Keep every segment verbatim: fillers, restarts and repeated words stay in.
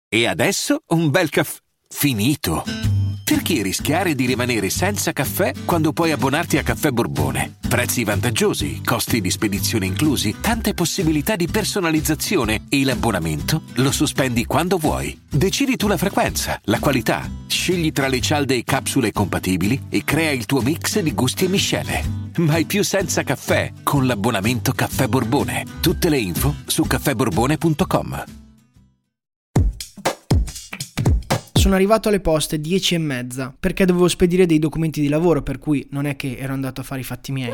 E adesso un bel caffè finito. Perché rischiare di rimanere senza caffè quando puoi abbonarti a Caffè Borbone? Prezzi vantaggiosi, costi di spedizione inclusi, tante possibilità di personalizzazione e l'abbonamento lo sospendi quando vuoi. Decidi tu la frequenza, la qualità, scegli tra le cialde e capsule compatibili e crea il tuo mix di gusti e miscele. Mai più senza caffè con l'abbonamento Caffè Borbone. Tutte le info su caffè borbone punto com. Sono arrivato alle poste dieci e mezza perché dovevo spedire dei documenti di lavoro, per cui non è che ero andato a fare i fatti miei.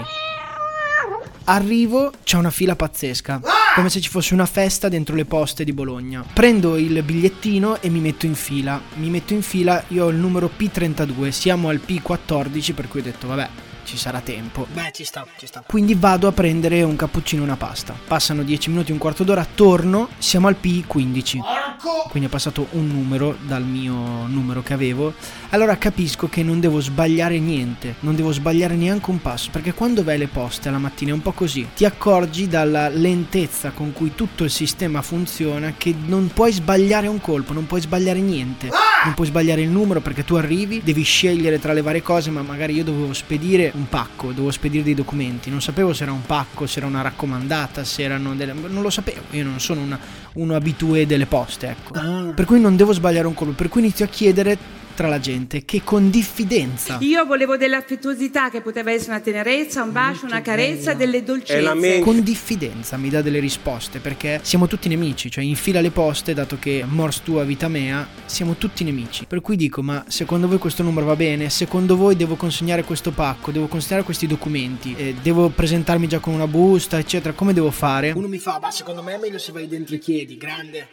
Arrivo, c'è una fila pazzesca, come se ci fosse una festa dentro le poste di Bologna. Prendo il bigliettino e mi metto in fila. Mi metto in fila, io ho il numero P trentadue, siamo al P quattordici, per cui ho detto vabbè, ci sarà tempo. Beh, ci sta, ci sta. Quindi vado a prendere un cappuccino e una pasta. Passano dieci minuti, un quarto d'ora, torno, siamo al P quindici. Quindi è passato un numero dal mio numero che avevo. Allora capisco che non devo sbagliare niente, non devo sbagliare neanche un passo, perché quando vai alle poste alla mattina è un po' così. Ti accorgi dalla lentezza con cui tutto il sistema funziona che non puoi sbagliare un colpo, non puoi sbagliare niente. Non puoi sbagliare il numero perché tu arrivi, devi scegliere tra le varie cose, ma magari io dovevo spedire un pacco, dovevo spedire dei documenti, non sapevo se era un pacco, se era una raccomandata, se erano delle... non lo sapevo, io non sono una, uno abitué delle poste, ecco. Ah. Per cui non devo sbagliare un colpo, per cui inizio a chiedere tra la gente che con diffidenza. Io volevo dell'affettuosità che poteva essere una tenerezza, un bacio, una carezza, delle dolcezze. Con diffidenza mi dà delle risposte, perché siamo tutti nemici, cioè in fila alle poste, dato che mors tua vita mea, siamo tutti nemici. Per cui dico, ma secondo voi questo numero va bene? Secondo voi devo consegnare questo pacco, devo consegnare questi documenti, eh, devo presentarmi già con una busta, eccetera, come devo fare? Uno mi fa, ma secondo me è meglio se vai dentro e chiedi, grande.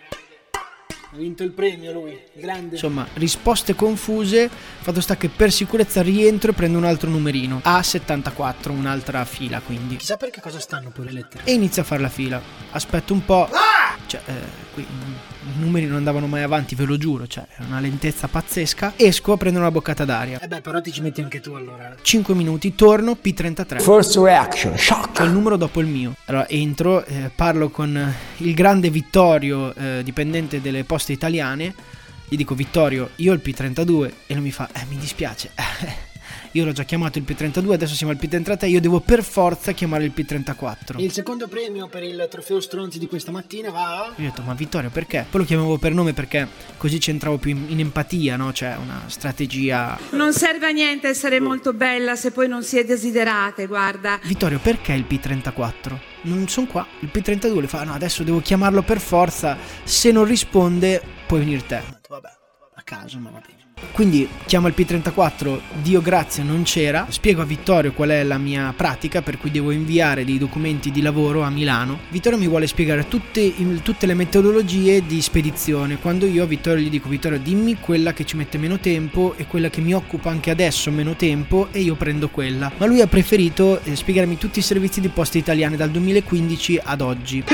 Ha vinto il premio lui, grande. Insomma, risposte confuse. Fatto sta che per sicurezza rientro e prendo un altro numerino, A settantaquattro, un'altra fila, quindi. Chissà perché cosa stanno poi le lettere. E inizio a fare la fila. Aspetto un po'. Cioè, eh, qui i numeri non andavano mai avanti, ve lo giuro. Cioè, è una lentezza pazzesca. Esco a prendere una boccata d'aria. Eh beh, però ti ci metti anche tu allora. cinque minuti, torno, P trentatré. First reaction, shock. È il numero dopo il mio. Allora entro, eh, parlo con il grande Vittorio, eh, dipendente delle poste italiane. Gli dico, Vittorio, io ho il P trentadue. E lui mi fa, eh mi dispiace, io l'ho già chiamato il P trentadue, adesso siamo al P trentatré, io devo per forza chiamare il P trentaquattro. E il secondo premio per il trofeo stronzi di questa mattina va? Io ho detto, ma Vittorio perché? Poi lo chiamavo per nome perché così c'entravo più in, in empatia, no? Cioè una strategia. Non serve a niente essere molto bella se poi non si è desiderate, guarda. Vittorio, perché il P trentaquattro? Non sono qua. Il P trentadue le fa, no, adesso devo chiamarlo per forza, se non risponde puoi venire te. Vabbè, a caso, ma va bene. Quindi chiamo il P trentaquattro, Dio grazie non c'era, spiego a Vittorio qual è la mia pratica, per cui devo inviare dei documenti di lavoro a Milano. Vittorio mi vuole spiegare tutte, tutte le metodologie di spedizione, quando io a Vittorio gli dico, Vittorio dimmi quella che ci mette meno tempo e quella che mi occupa anche adesso meno tempo e io prendo quella. Ma lui ha preferito eh, spiegarmi tutti i servizi di poste italiane dal duemilaquindici ad oggi.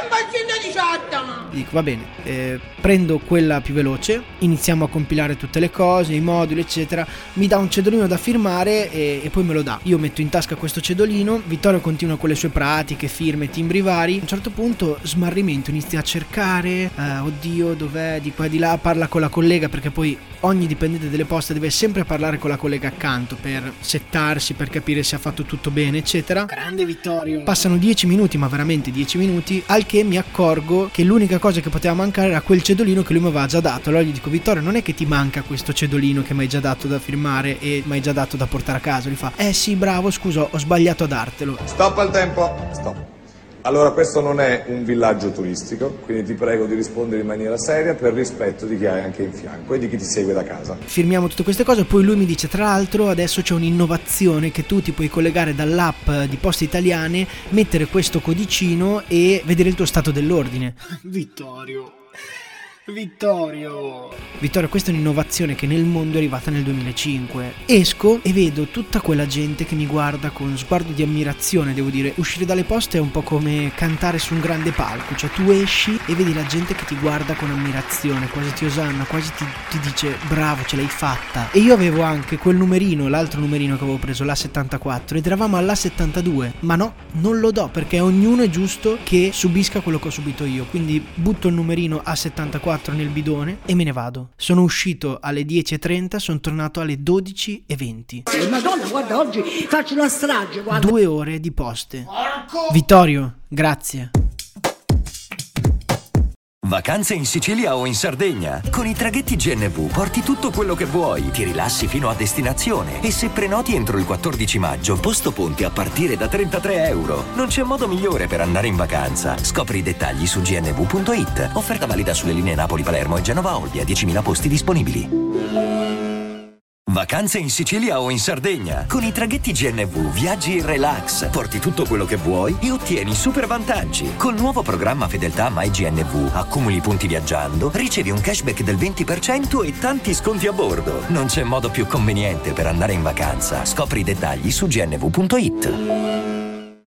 Gli dico va bene, eh, prendo quella più veloce, iniziamo a compilare tutte le cose, i moduli eccetera, mi dà un cedolino da firmare e, e poi me lo dà. Io metto in tasca questo cedolino, Vittorio continua con le sue pratiche, firme, timbri vari. A un certo punto smarrimento, inizia a cercare, eh, oddio dov'è, di qua e di là, parla con la collega, perché poi ogni dipendente delle poste deve sempre parlare con la collega accanto per settarsi, per capire se ha fatto tutto bene eccetera. Grande Vittorio. Passano dieci minuti, ma veramente dieci minuti, al che mi accorgo che l'unica cosa che poteva mancare era quel cedolino che lui mi aveva già dato. Allora gli dico, Vittorio, non è che ti manca questo cedolino che mi hai già dato da firmare e mi hai già dato da portare a casa? Gli fa, eh sì bravo, scusa, ho sbagliato a dartelo. Stop al tempo. Stop. Allora, questo non è un villaggio turistico, quindi ti prego di rispondere in maniera seria per rispetto di chi hai anche in fianco e di chi ti segue da casa. Firmiamo tutte queste cose, poi lui mi dice, tra l'altro adesso c'è un'innovazione che tu ti puoi collegare dall'app di Poste Italiane, mettere questo codicino e vedere il tuo stato dell'ordine. Vittorio. Vittorio Vittorio, questa è un'innovazione che nel mondo è arrivata nel duemilacinque. Esco e vedo tutta quella gente che mi guarda con sguardo di ammirazione. Devo dire, uscire dalle poste è un po' come cantare su un grande palco, cioè tu esci e vedi la gente che ti guarda con ammirazione, quasi ti osanna, quasi ti, ti dice bravo, ce l'hai fatta. E io avevo anche quel numerino, l'altro numerino che avevo preso, l'A settantaquattro, ed eravamo all'A settantadue, ma no, non lo do perché ognuno è giusto che subisca quello che ho subito io. Quindi butto il numerino A settantaquattro quattro nel bidone e me ne vado. Sono uscito alle dieci e trenta, sono tornato alle dodici e venti. Madonna, guarda, oggi faccio una strage, guarda. Due ore di poste. Vittorio, grazie. Vacanze in Sicilia o in Sardegna? Con i traghetti G N V porti tutto quello che vuoi, ti rilassi fino a destinazione e se prenoti entro il quattordici maggio, posto ponti a partire da trentatré euro. Non c'è modo migliore per andare in vacanza. Scopri i dettagli su g n v punto i t. Offerta valida sulle linee Napoli-Palermo e Genova-Olbia, diecimila posti disponibili. Vacanze in Sicilia o in Sardegna? Con i traghetti G N V viaggi in relax, porti tutto quello che vuoi e ottieni super vantaggi. Col nuovo programma Fedeltà MyGNV accumuli punti viaggiando, ricevi un cashback del venti per cento e tanti sconti a bordo. Non c'è modo più conveniente per andare in vacanza. Scopri i dettagli su g n v punto i t.